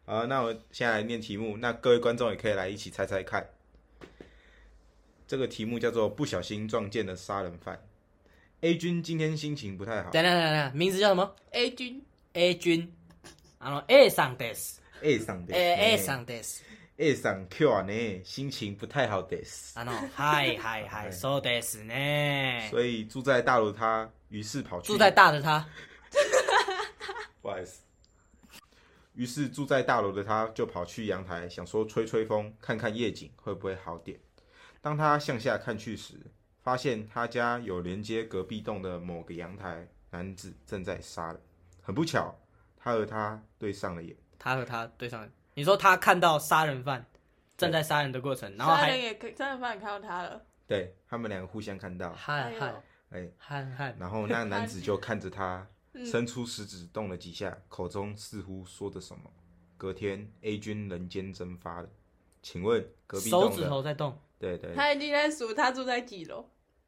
好，那我现在来念题目，那各位观众也可以来一起猜猜看。这个题目叫做不小心撞见了杀人犯。A 君今天心情不太好。 等，名字叫什么 ？A 君。 A 君。A さんです。 A さんです。 A さんです。 A さん今日はね心情不太好です。 はい、そうですね。 所以住在大楼的他，于是跑去住在大的他。 不好意思。于是住在大楼的他就跑去阳台，想说吹吹风，看看夜景会不会好点。当他向下看去时，发现他家有连接隔壁栋的某个阳台男子正在杀人。很不巧，他和他对上了眼。 你说他看到杀人犯正在杀人的过程，然后杀人犯也看到他了。 对，他们两个互相看到。 嗨， 然后那个男子就看着他，伸出食指动了几下，口中似乎说着什么。隔天 A 君人间蒸发了。请问隔壁栋的手指头在动？ 对， 他一定在数他住在几楼。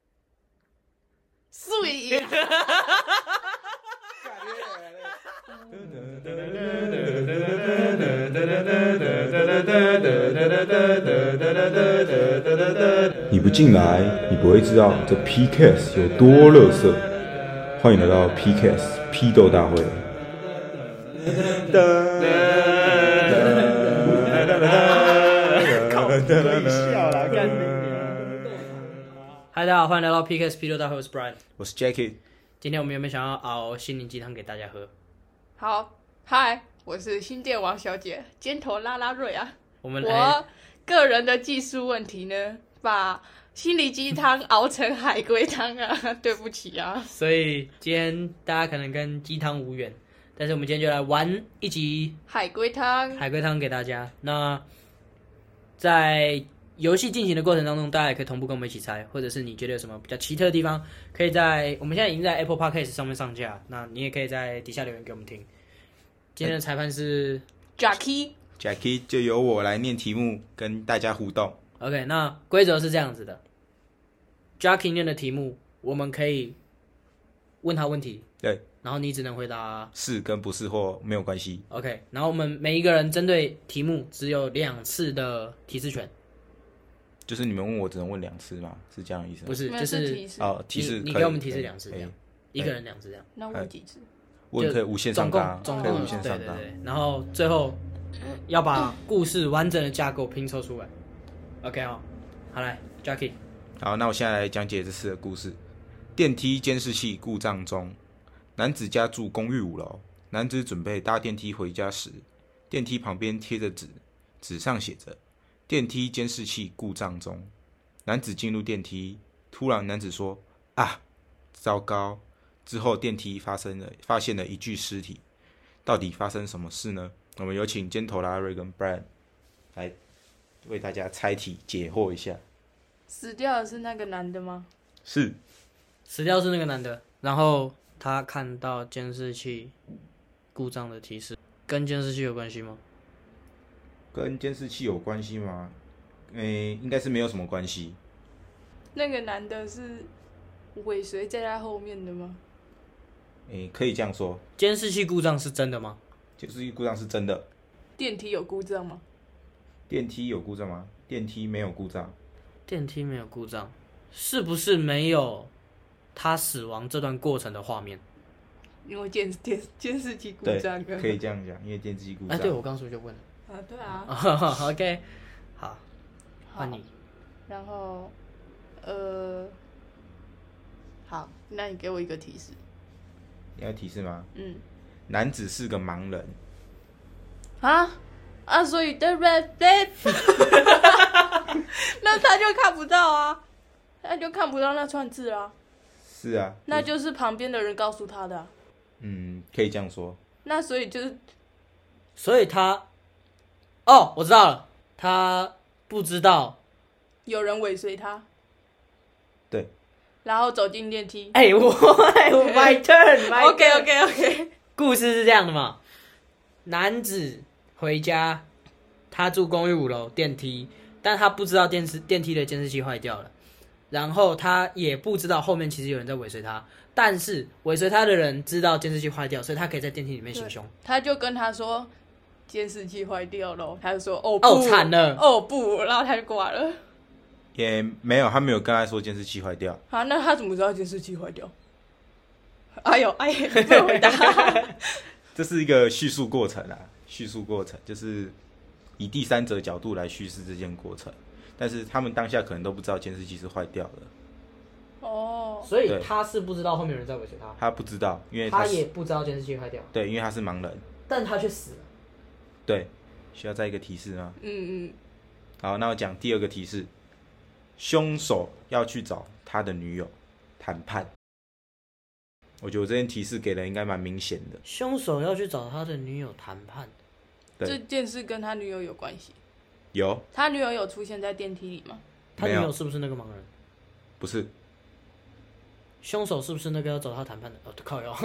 水。 你不进来，你不会知道这 PCAST 有多垃圾。欢迎来到 PCAST 批斗大会。 嗨，大家好，欢迎来到 PCAST 批斗大会，我是 Brian， 我是 Jackie。 今天我们有没有想要熬心灵鸡汤给大家喝？ 好，嗨，我是新店王小姐，尖头拉拉瑞啊。 我个人的技术问题呢，把心灵鸡汤熬成海龟汤啊，对不起啊。 所以今天大家可能跟鸡汤无缘，但是我们今天就来玩一集海龟汤给大家。那在游戏进行的过程当中，大家也可以同步跟我们一起猜，或者是你觉得有什么比较奇特的地方，可以在我们现在已经在 Apple Podcast 上面上架，那你也可以在底下留言给我们听。今天的裁判是 Jackie， 就由我来念题目，跟大家互动。 OK， 那规则是这样子的 ，Jackie 念的题目，我们可以问他问题， 对， 然后你只能回答是跟不是或没有关系。 OK， 然后我们每一个人针对题目只有2次的提示权。 就是你们问我只能问2次吗？是这样的意思吗？ 不是，就是提示你给我们提示2次这样，一个人2次这样。 那问几次？ 问可以无限上纲， 总可以无限上纲。 对，然后最后要把故事完整的架构拼凑出来。OK 哦，好来 ，Jackie。 好，那我现在来讲解这次的故事。电梯监视器故障中，男子家住公寓5楼。男子准备搭电梯回家时，电梯旁边贴着纸，纸上写着“电梯监视器故障中”。男子进入电梯，突然男子说：“啊，糟糕！”之后电梯发现了一具尸体。到底发生什么事呢？我们有请尖头拉瑞跟 Brian 来为大家猜题解惑一下。 死掉的是那个男的吗？ 是， 死掉是那个男的，然后他看到监视器故障的提示，跟监视器有关系吗？ 跟监视器有关系吗？应该是没有什么关系。 那个男的是尾随在他后面的吗？ 可以这样说。 监视器故障是真的吗？ 监视器故障是真的。 电梯有故障吗？ 电梯有故障吗？电梯没有故障。 电梯没有故障，是不是没有他死亡这段过程的画面？ 因为监视器故障。 对，可以这样讲，因为电视器故障。 对，我刚刚是不是就问了？ 对啊。 OK， 好，换你。 然后，好，那你给我一个提示。 你要提示吗？男子是个盲人。 所以那他就看不到啊，他就看不到那串字啊。 是啊。 那就是旁边的人告诉他的啊。 可以这样说。 那所以他，我知道了，他不知道有人尾随他。 对。 然后走进电梯。 我 my turn。 OK。 故事是这样的嘛？男子回家，他住公寓5楼电梯，但他不知道电梯的监视器坏掉了，然后他也不知道后面其实有人在尾随他，但是尾随他的人知道监视器坏掉，所以他可以在电梯里面行凶。 他就跟他说， 监视器坏掉了，他就说哦惨了， 哦不，然后他就挂了。 也没有，他没有跟他说监视器坏掉。 啊，那他怎么知道监视器坏掉？哎呦，不能回答。 这是一个叙述过程啊，叙述过程就是以第三者角度来叙事这件过程，但是他们当下可能都不知道监视器是坏掉的。 哦， 所以他是不知道后面有人在尾随他， 他不知道，因为他也不知道监视器坏掉， 对，因为他是盲人， 但他却死了。 对，需要再一个提示吗？好，那我讲第二个提示，凶手要去找他的女友谈判。我觉得我这件提示给的应该蛮明显的。 凶手要去找他的女友谈判， 这件事跟他女友有关系？ 有。 他女友有出现在电梯里吗？ 他女友是不是那个盲人？ 不是。 凶手是不是那个要找他谈判的？靠腰。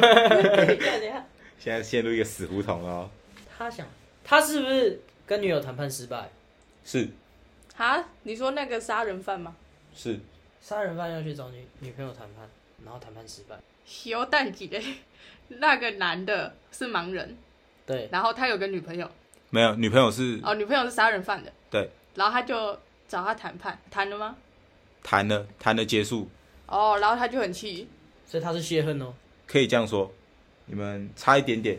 现在陷入一个死胡同了哦。 他是不是跟女友谈判失败？ 是。 哈，你说那个杀人犯吗？ 是。 杀人犯要去找女朋友谈判，然后谈判失败。 小蛋几嘞？那个男的是盲人， 对， 然后他有个女朋友， 没有，女朋友是女朋友是杀人犯的， 对， 然后他就找他谈判，谈了吗？ 谈了结束。 然后他就很气， 所以他是泄恨哦， 可以这样说，你们差一点点。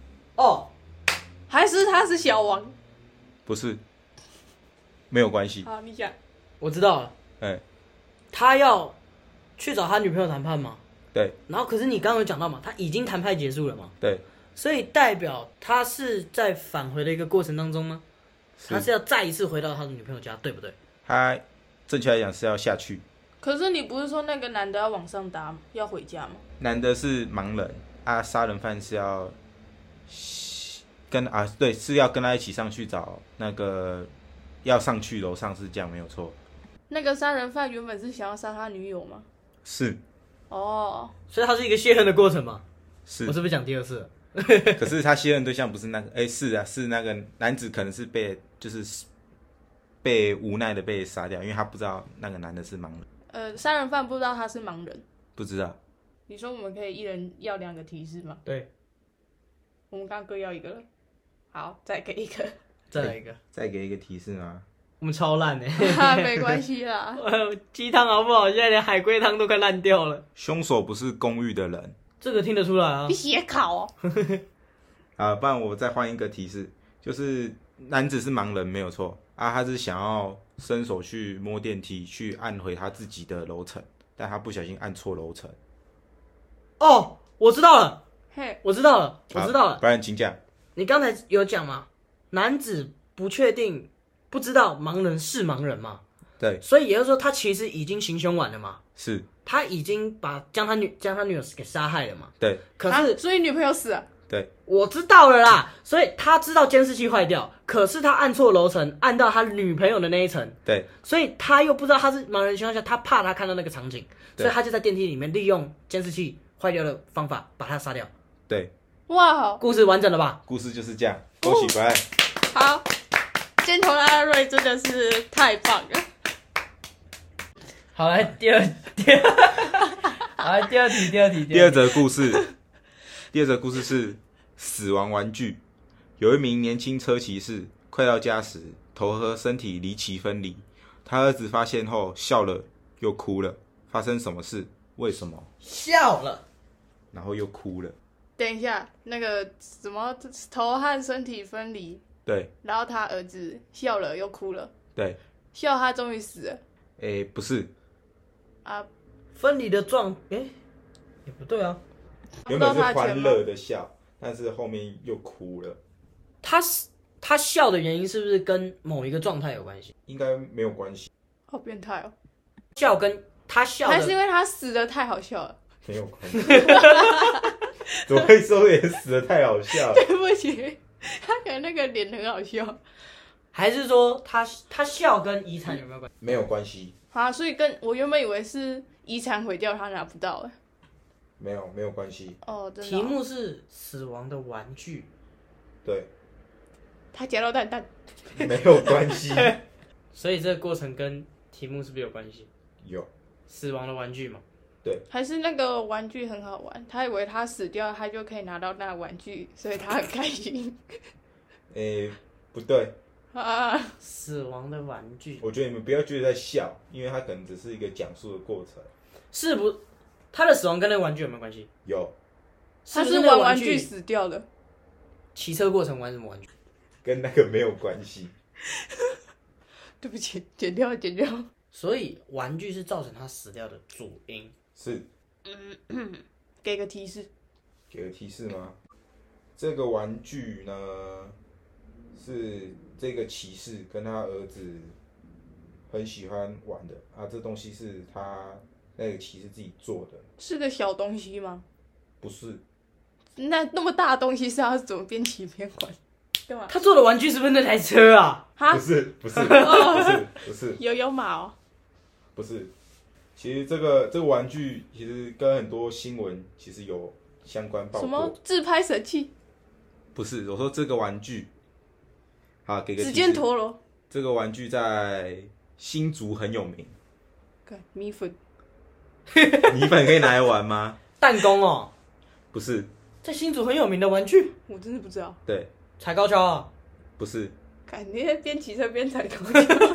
还是他是小王？ 不是，没有关系。 好，你讲。 我知道了，他要去找他女朋友谈判嘛？ 对。 然后可是你刚刚有讲到嘛，他已经谈判结束了嘛？ 对。 所以代表他是在返回的一个过程当中吗？他是要再一次回到他的女朋友家，对不对？ 他正确来讲是要下去。 可是你不是说那个男的要往上搭，要回家吗？ 男的是盲人啊，杀人犯是要是要跟他一起上去找那个，要上去楼上，是这样没有错。 那个杀人犯原本是想要杀他女友吗？ 是。 所以他是一个泄恨的过程嘛？ 是。 我是不是讲第二次了？ 可是他泄恨对象不是那个，是啊，是那个男子，可能是被无奈的被杀掉，因为他不知道那个男的是盲人。 杀人犯不知道他是盲人。 不知道。 你说我们可以一人要2个提示吗？ 对。 我们刚刚各要1个了。好，再给一个。 再来一个。 再给一个提示吗？ 我们超烂欸。 没关系啦。 鸡汤好不好？现在连海龟汤都快烂掉了。 凶手不是公寓的人。 这个听得出来啊。 你写考哦。 不然我再换一个提示，就是男子是盲人没有错啊，他是想要伸手去摸电梯，去按回他自己的楼层，但他不小心按错楼层。 我知道了。 嘿， 我知道了。 不然请讲。 你刚才有讲嘛？男子不确定，不知道盲人是盲人嘛？ 对。 所以也就是说，他其实已经行凶完了嘛？ 是。 他已经将他女友给杀害了嘛？ 对。 可是，所以女朋友死了。 对。 我知道了啦。所以他知道监视器坏掉，可是他按错楼层，按到他女朋友的那一层。 对。 所以他又不知道他是盲人的情况下，他怕他看到那个场景，所以他就在电梯里面利用监视器坏掉的方法把他杀掉。 对。 哇， 故事完整了吧？ 故事就是这样，恭喜白。 好，今天同阿瑞真的是太棒了。 好，来第二题。 第二则故事是死亡玩具。有一名年轻车骑士快到家时，头和身体离奇分离。他儿子发现后笑了又哭了，发生什么事？为什么？ 笑了， 然后又哭了。 等一下，那个什么头和身体分离， 对， 然后他儿子笑了又哭了， 对， 笑他终于死了。 不是啊， 分离的也不对啊。 原本是欢乐的笑，但是后面又哭了。 他笑的原因是不是跟某一个状态有关系？ 应该没有关系。 好变态哦！ 笑跟他笑的， 还是因为他死的太好笑了？ 没有关系。怎么会说也死的太好笑了？ 对不起，他可能那个脸很好笑。 还是说他笑跟遗产有没有关系？ 没有关系。 所以我原本以为是遗产毁掉，他拿不到。 没有关系。 真的。 题目是死亡的玩具。 对。 他夹到蛋。 没有关系。 所以这个过程跟题目是不是有关系？ 有。 死亡的玩具嘛。 对。 还是那个玩具很好玩，他以为他死掉，他就可以拿到那个玩具，所以他很开心。 不对， 啊， 死亡的玩具我觉得你们不要觉得在笑，因为它可能只是一个讲述的过程。 是不？他的死亡跟那个玩具有没有关系？ 有， 他是是不是那个玩玩具死掉的。 骑车过程玩什么玩具？ 跟那个没有关系。 对不起，剪掉，剪掉。 所以玩具是造成他死掉的主因。 是， 给个提示。 给个提示吗？这个玩具呢，是这个骑士跟他儿子很喜欢玩的啊。这东西是他那个骑士自己做的， 是个小东西吗？ 不是。 那么大的东西是要怎么边骑边玩？干嘛？ 他做的玩具是不是那台车啊？ 哈不，是，不是，不是， 有马哦。 不是。其实这个玩具其实跟很多新闻其实有相关报什么过。 自拍神器？ 不是，我说这个玩具，好，给个提指示。 尖陀螺。 这个玩具在新竹很有名。 看米粉。 米粉可以拿来玩吗？ 弹弓哦， 不是， 在新竹很有名的玩具， 我真的不知道。 对， 踩高跷啊不是， 看你在边骑车边踩高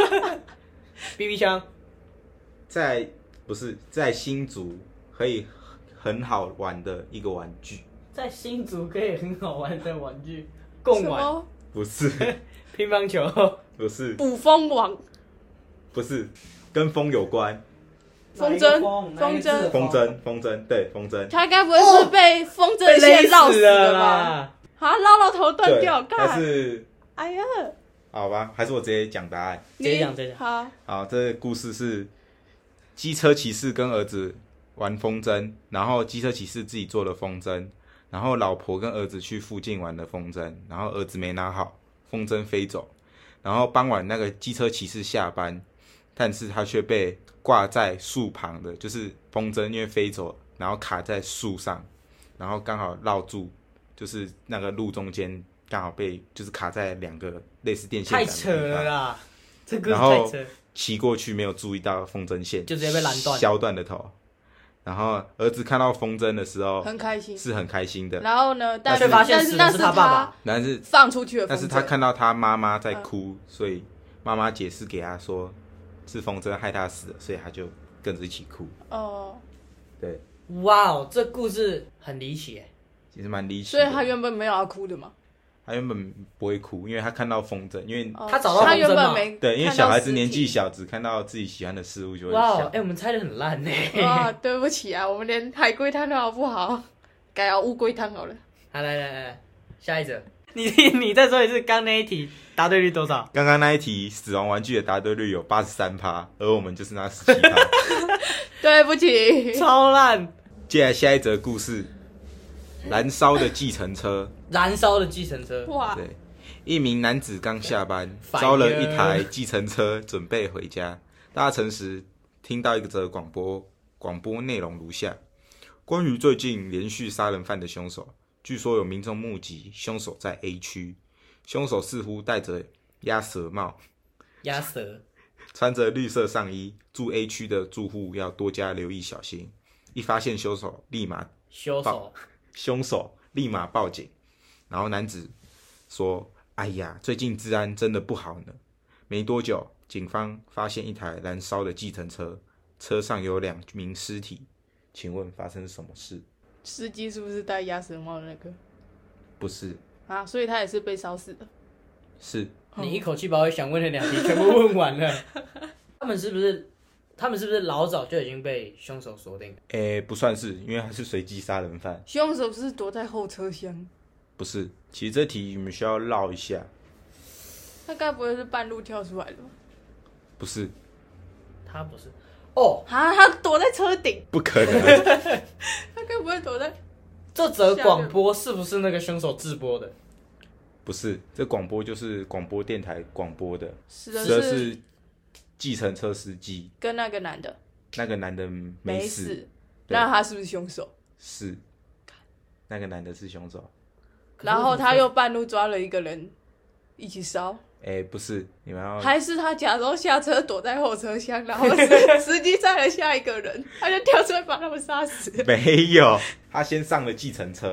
，BB 枪， 不是在新竹可以很好玩的一个玩具。 在新竹可以很好玩的玩具，共玩， 什么不是， 乒乓球， 不是， 捕风网？ 不是，跟风有关。 风哪一个筝哪一个字的风筝，对，风筝。 他该不会是被风筝被勒线绕死了的吧？ 啦！ 啊，绕到头断对， 掉， 但干！ 是哎呀， 好吧，还是我直接讲答案。 直接讲直接讲好， 好，这个故事是机车骑士跟儿子玩风筝，然后机车骑士自己做了风筝，然后老婆跟儿子去附近玩的风筝，然后儿子没拿好，风筝飞走，然后傍晚那个机车骑士下班，但是他却被挂在树旁的，就是风筝因为飞走，然后卡在树上，然后刚好绕住，就是那个路中间刚好被就是卡在两个类似电线杆的太扯地方， 了啦，这个然后太扯， 骑过去没有注意到风筝线， 就直接被拦断削断了头。然后儿子看到风筝的时候很开心。 是很开心的， 然后呢？但却是发现死的那是是他爸爸， 但是放出去的风筝。 他看到他妈妈在哭，所以妈妈解释给他说是风筝害他死了，所以他就跟着一起哭。 哦， 对， 哇哦，这故事很离奇哎， 其实蛮离奇所的。 以他原本没有要哭的嘛？ 他原本不会哭，因为他看到风筝，因为、 哦他找到他风筝嘛原本没对，因为看到小孩子尸体年纪小，只看到自己喜欢的事物就会哇哦， 笑。 哎，我们猜的很烂呢。 啊，对不起啊，我们连海龟汤都好不好？改熬乌龟汤好了。 好，来，下一则，你再说一次，刚那一题答对率多少？ 刚刚那一题死亡玩具的答对率有83%，而我们就是那17%。 对不起， 超烂， 接下来下一则故事，燃烧的计程车。 燃烧的计程车， 哇， 对，一名男子刚下班， Fire 招了一台计程车，准备回家。搭乘时听到一则广播内容如下：关于最近连续杀人犯的凶手，据说有民众目击凶手在 A 区，凶手似乎戴着鸭舌帽， 鸭舌， 穿着绿色上衣，住 A 区的住户要多加留意小心。一发现凶手，凶手立马报警。然后男子说：“哎呀，最近治安真的不好呢。”没多久，警方发现一台燃烧的计程车，车上有2名尸体。请问发生什么事？ 司机是不是戴鸭舌帽的那个不是， 啊？所以他也是被烧死的。 是你一口气把我想问的2题全部问完了。他们是不是老早就已经被凶手锁定了？ 不算是，因为他是随机杀人犯。 凶手是躲在后车厢， 不是，其实这题你们需要绕一下。 他该不会是半路跳出来的吧？ 不是， 他不是哦， 啊，他躲在车顶， 不可能。 他该不会躲在？ 这则广播是不是那个凶手直播的？ 不是，这广播就是广播电台广播的， 死的的是是计程车司机。 跟那个男的那个男的没死， 死， 对那他是不是凶手？ 是那个男的是凶手。 然后他又半路抓了一个人一起烧， 不是，你们要还是他假装下车躲在后车厢，然后司机载了下一个人，他就跳出来把他们杀死。 没有，他先上了计程车，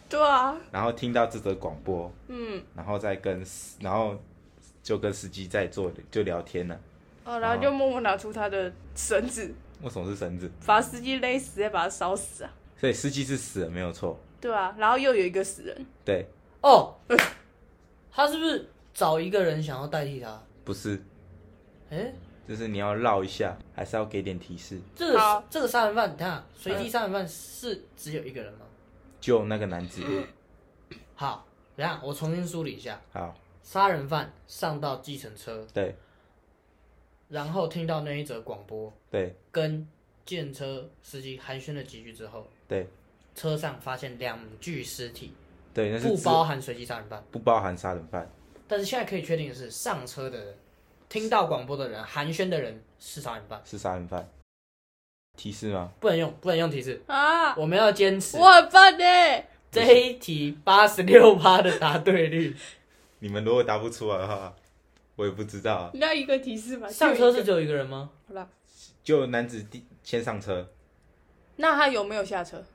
对啊， 然后听到这则广播， 嗯， 然后就跟司机就聊天了。 然后就默默拿出他的绳子， 为什么是绳子？ 把司机勒死，再把他烧死啊。 所以司机是死了，没有错。 对啊，然后又有一个死人。 对， 哦，他是不是找一个人想要代替他？ 不是， 哎， 就是你要绕一下，还是要给点提示？ 这个杀人犯，你看随机杀人犯是只有一个人吗？ 救那个男子。 好，等一下我重新梳理一下。 好， 杀人犯上到计程车， 对然后听到那一则广播， 对跟计程车司机寒暄了几句之后， 对车上发现2具尸体， 对，那是不包含随机杀人犯。 不包含杀人犯。 但是现在可以确定的是，上车的人、听到广播的人、寒暄的人是杀人犯。 是杀人犯。提示吗？ 不能用提示啊！ 我们要坚持。 我很棒呢。 这一题86%的答对率。 你们如果答不出来的话，我也不知道啊。 你要一个提示吗？ 上车是只有一个人吗？ 好啦， 就男子先上车， 那他有没有下车？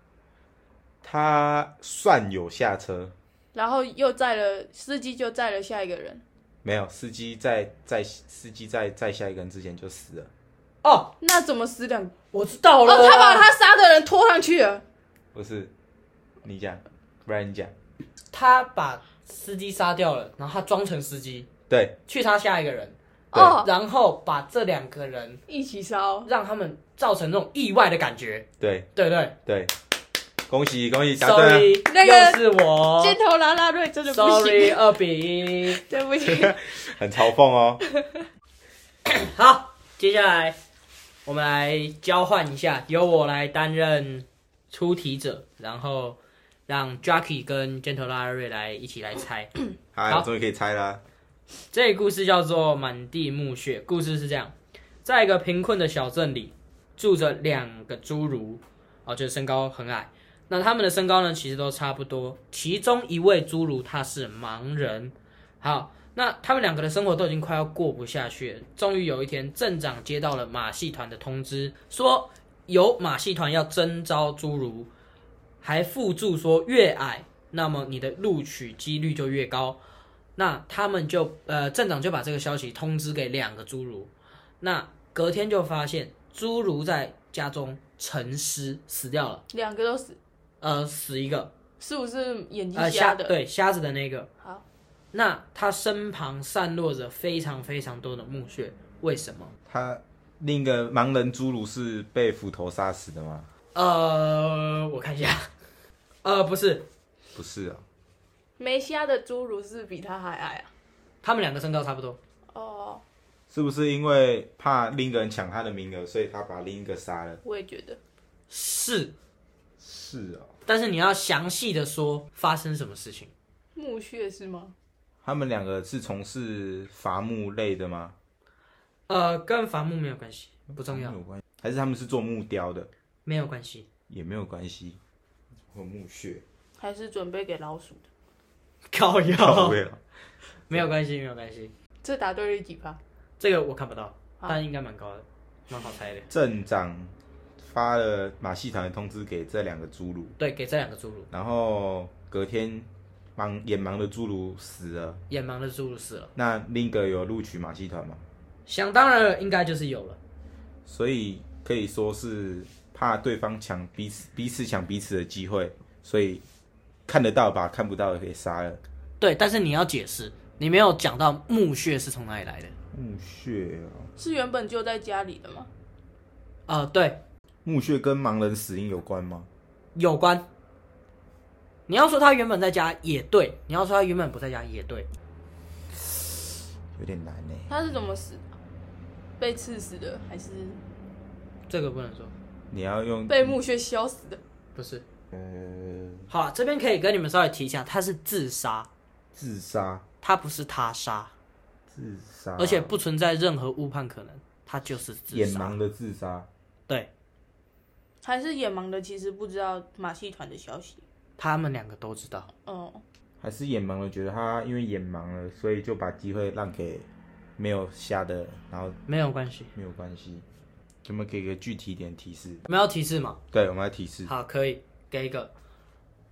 他算有下车， 然后司机就载了下一个人。 没有司机在下一个人之前就死了。 哦， 那怎么死两？ 我知道了。 他把他杀的人拖上去了。 不是，你讲，不然你讲。 他把司机杀掉了，然后他装成司机， 对， 去杀下一个人，然后把这2个人一起烧， 让他们造成那种意外的感觉。 对对不对？ 对，恭喜答对了。 Sorry， 那个又是我。 箭头拉拉瑞真的不行。 Sorry， 2-1。 对不起。 很嘲讽哦。 好，接下来我们来交换一下，由我来担任出题者，然后让 Jackie 跟箭头拉拉瑞来一起来猜。 嗨，我终于可以猜啦。 这个故事叫做《满地墓穴》。故事是这样：在一个贫困的小镇里，住着2个侏儒，就是身高很矮。那他们的身高呢，其实都差不多。其中一位侏儒他是盲人。好，那他们2个的生活都已经快要过不下去了。终于有一天，镇长接到了马戏团的通知，说有马戏团要征召侏儒，还附注说越矮，那么你的录取几率就越高。那他们镇长就把这个消息通知给2个侏儒。那隔天就发现侏儒在家中沉尸死掉了 ，2个都死。 死一个， 是不是眼睛瞎的？ 对，瞎子的那个。 好， 那他身旁散落着非常非常多的墓穴，为什么？ 他另一个盲人侏儒是被斧头杀死的吗？ 我看一下，不是， 不是啊。 没瞎的侏儒是比他还矮啊。 他们2个身高差不多。 哦， 是不是因为怕另一个人抢他的名额，所以他把另一个杀了？ 我也觉得是啊。 但是你要详细的说发生什么事情。 墓穴是吗？ 他们2个是从事伐木类的吗？ 跟伐木没有关系，不重要。 没有关系，还是他们是做木雕的？ 没有关系， 也没有关系。有墓穴， 还是准备给老鼠的？ 靠腰， 靠背了。 没有关系，没有关系。 这答对率几趴？ 这个我看不到， 好但应该蛮高的，蛮好猜的。 镇长发了马戏团的通知给这2个侏儒， 对，给这2个侏儒。 然后隔天眼盲的侏儒死了， 眼盲的侏儒死了。 那另一个有录取马戏团吗？ 想当然了，应该就是有了。 所以可以说是怕对方抢彼此抢彼此的机会，所以看得到把看不到的给杀了。 对，但是你要解释，你没有讲到墓穴是从哪里来的。 墓穴哦， 是原本就在家里的吗？ 对， 墓穴跟盲人死因有关吗？ 有关。你要说他原本在家也对，你要说他原本不在家也对。 有点难呢。 他是怎么死的？被刺死的还是这个不能说， 你要用被墓穴削死的？ 不是。 呃好了，这边可以跟你们稍微提一下，他是自杀， 自杀， 他不是他杀， 自杀， 而且不存在任何误判可能，他就是自杀。 眼盲的自杀， 对， 还是眼盲的其实不知道马戏团的消息？ 他们2个都知道。 哦， 还是眼盲的觉得他因为眼盲了，所以就把机会让给没有瞎的，然后没有关系。 没有关系。有没有给个具体一点提示？ 我们要提示吗？ 对，我们来提示。 好，可以给一个。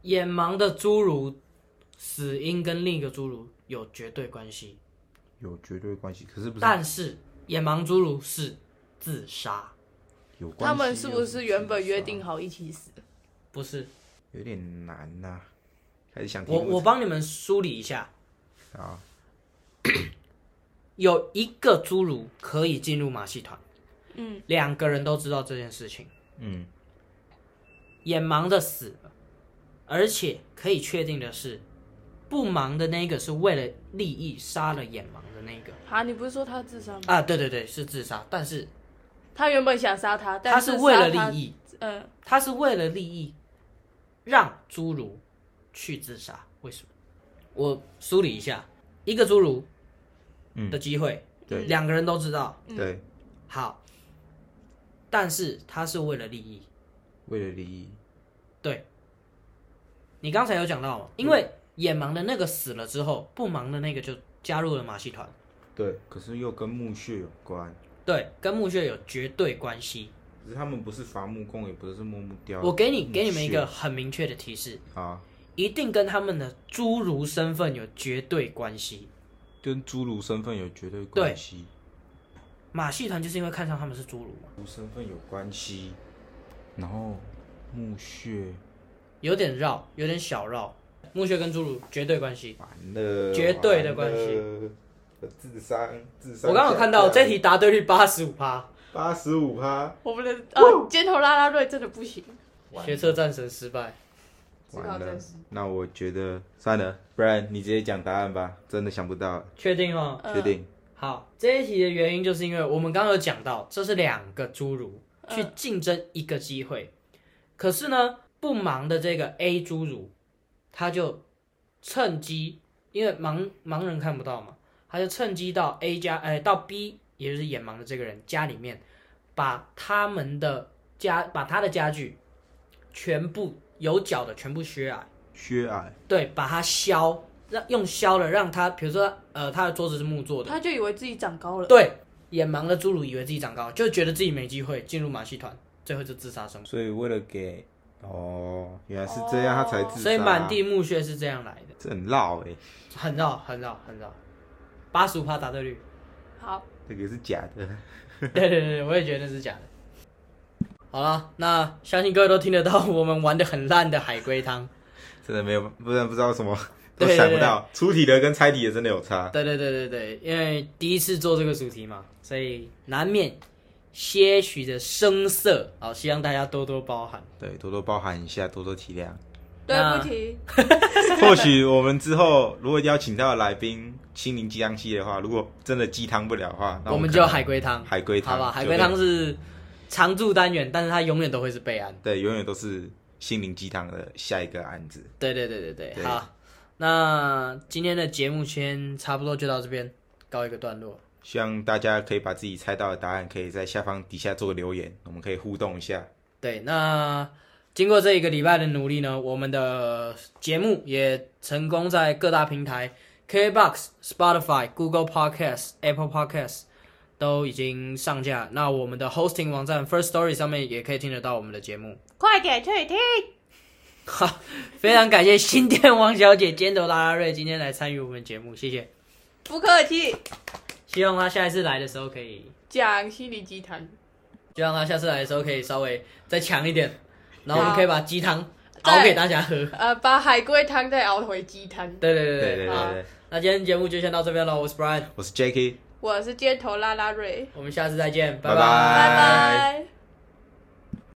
眼盲的侏儒死因跟另一个侏儒有绝对关系， 有绝对关系，可是不是？ 但是眼盲侏儒是自杀， 有关系。 他们是不是原本约定好一起死？ 不是？ 有点难呐、还是想听我帮你们梳理一下。 啊， 有一个侏儒可以进入马戏团， 嗯， 2个人都知道这件事情， 嗯， 眼盲的死了，而且可以确定的是，不盲的那个是为了利益杀了眼盲的那个。 啊，你不是说他自杀吗？ 啊，对对对，是自杀，但是他原本想杀他，但他是是为了杀他利益， 嗯， 他是为了利益让侏儒去自杀。为什么？我梳理一下，一个侏儒的机会， 对 2个人都知道， 对， 好，但是他是为了利益。 为了利益， 对，你刚才有讲到嘛，因为眼盲的那个死了之后，不盲的那个就加入了马戏团， 对，可是又跟墓穴有关， 对，跟墓穴有绝对关系。 可是他们不是伐木工，也不是摸木雕。 我给你们一个很明确的提示， 啊， 一定跟他们的侏儒身份有绝对关系。 跟侏儒身份有绝对关系， 马戏团就是因为看上他们是侏儒嘛， 跟身份有关系，然后墓穴有点绕，有点小绕。墓穴跟侏儒绝对关系， 完了， 绝对的关系。 智商， 我刚刚有看到这题答对率85%， 85%， 我们的尖头啦啦队真的不行， 学测战神失败。 知完了道真是。 那我觉得算了，不然你直接讲答案吧，真的想不到， 确定哦？ 确定。 好，这一题的原因就是因为我们刚刚有讲到，这是2个侏儒去竞争一个机会，可是呢，不盲的这个 A 侏儒，他就趁机，因为盲人看不到嘛，他就趁机到 A 家，到 B， 也就是眼盲的这个人家里面，把他的家具全部有脚的全部削矮，对，把它用削了，让他，比如说，他的桌子是木做的， 他就以为自己长高了。 对，眼盲的侏儒以为自己长高，就觉得自己没机会进入马戏团，最后就自杀身亡。 所以为了给原来是这样，他才自杀。 所以满地墓穴是这样来的， 这很绕很绕，85%答对率。 好， 这个是假的。 对，我也觉得那是假的。好了，那相信各位都听得到我们玩的很烂的海龟汤。 真的没有，不知道什么都对想不到，出题的跟猜题的真的有差。 对，因为第一次做这个主题嘛，所以难免些许的生涩，好，希望大家多多包涵。 对，多多包涵一下，多多体谅。 对不起， 或许我们之后如果邀请到的来宾心灵鸡汤系的话，如果真的鸡汤不了的话，那我们可能就海龟汤， 海龟汤， 好吧？海龟汤是常驻单元，但是它永远都会是备案。 对，永远都是心灵鸡汤的下一个案子。 对，好，那今天的节目先差不多就到这边告一个段落。 希望大家可以把自己猜到的答案，可以在下方底下做个留言，我们可以互动一下。 对，那经过这一个礼拜的努力呢，我们的节目也成功在各大平台 KKBOX、Spotify、Google Podcast、Apple Podcast 都已经上架。那我们的 hosting 网站 First Story 上面也可以听得到我们的节目。 快点去听。 好，非常感谢新店王小姐尖头拉拉瑞今天来参与我们节目，谢谢。 不客气。 希望她下一次来的时候可以讲心灵鸡汤， 就让他下次来的时候可以稍微再强一点，然后我们可以把鸡汤熬给大家喝。 把海龟汤再熬回鸡汤。 对，好，那今天节目就先到这边了。我是 Brian， 我是 Jackie， 我是街头拉拉瑞， 我们下次再见，拜拜拜拜。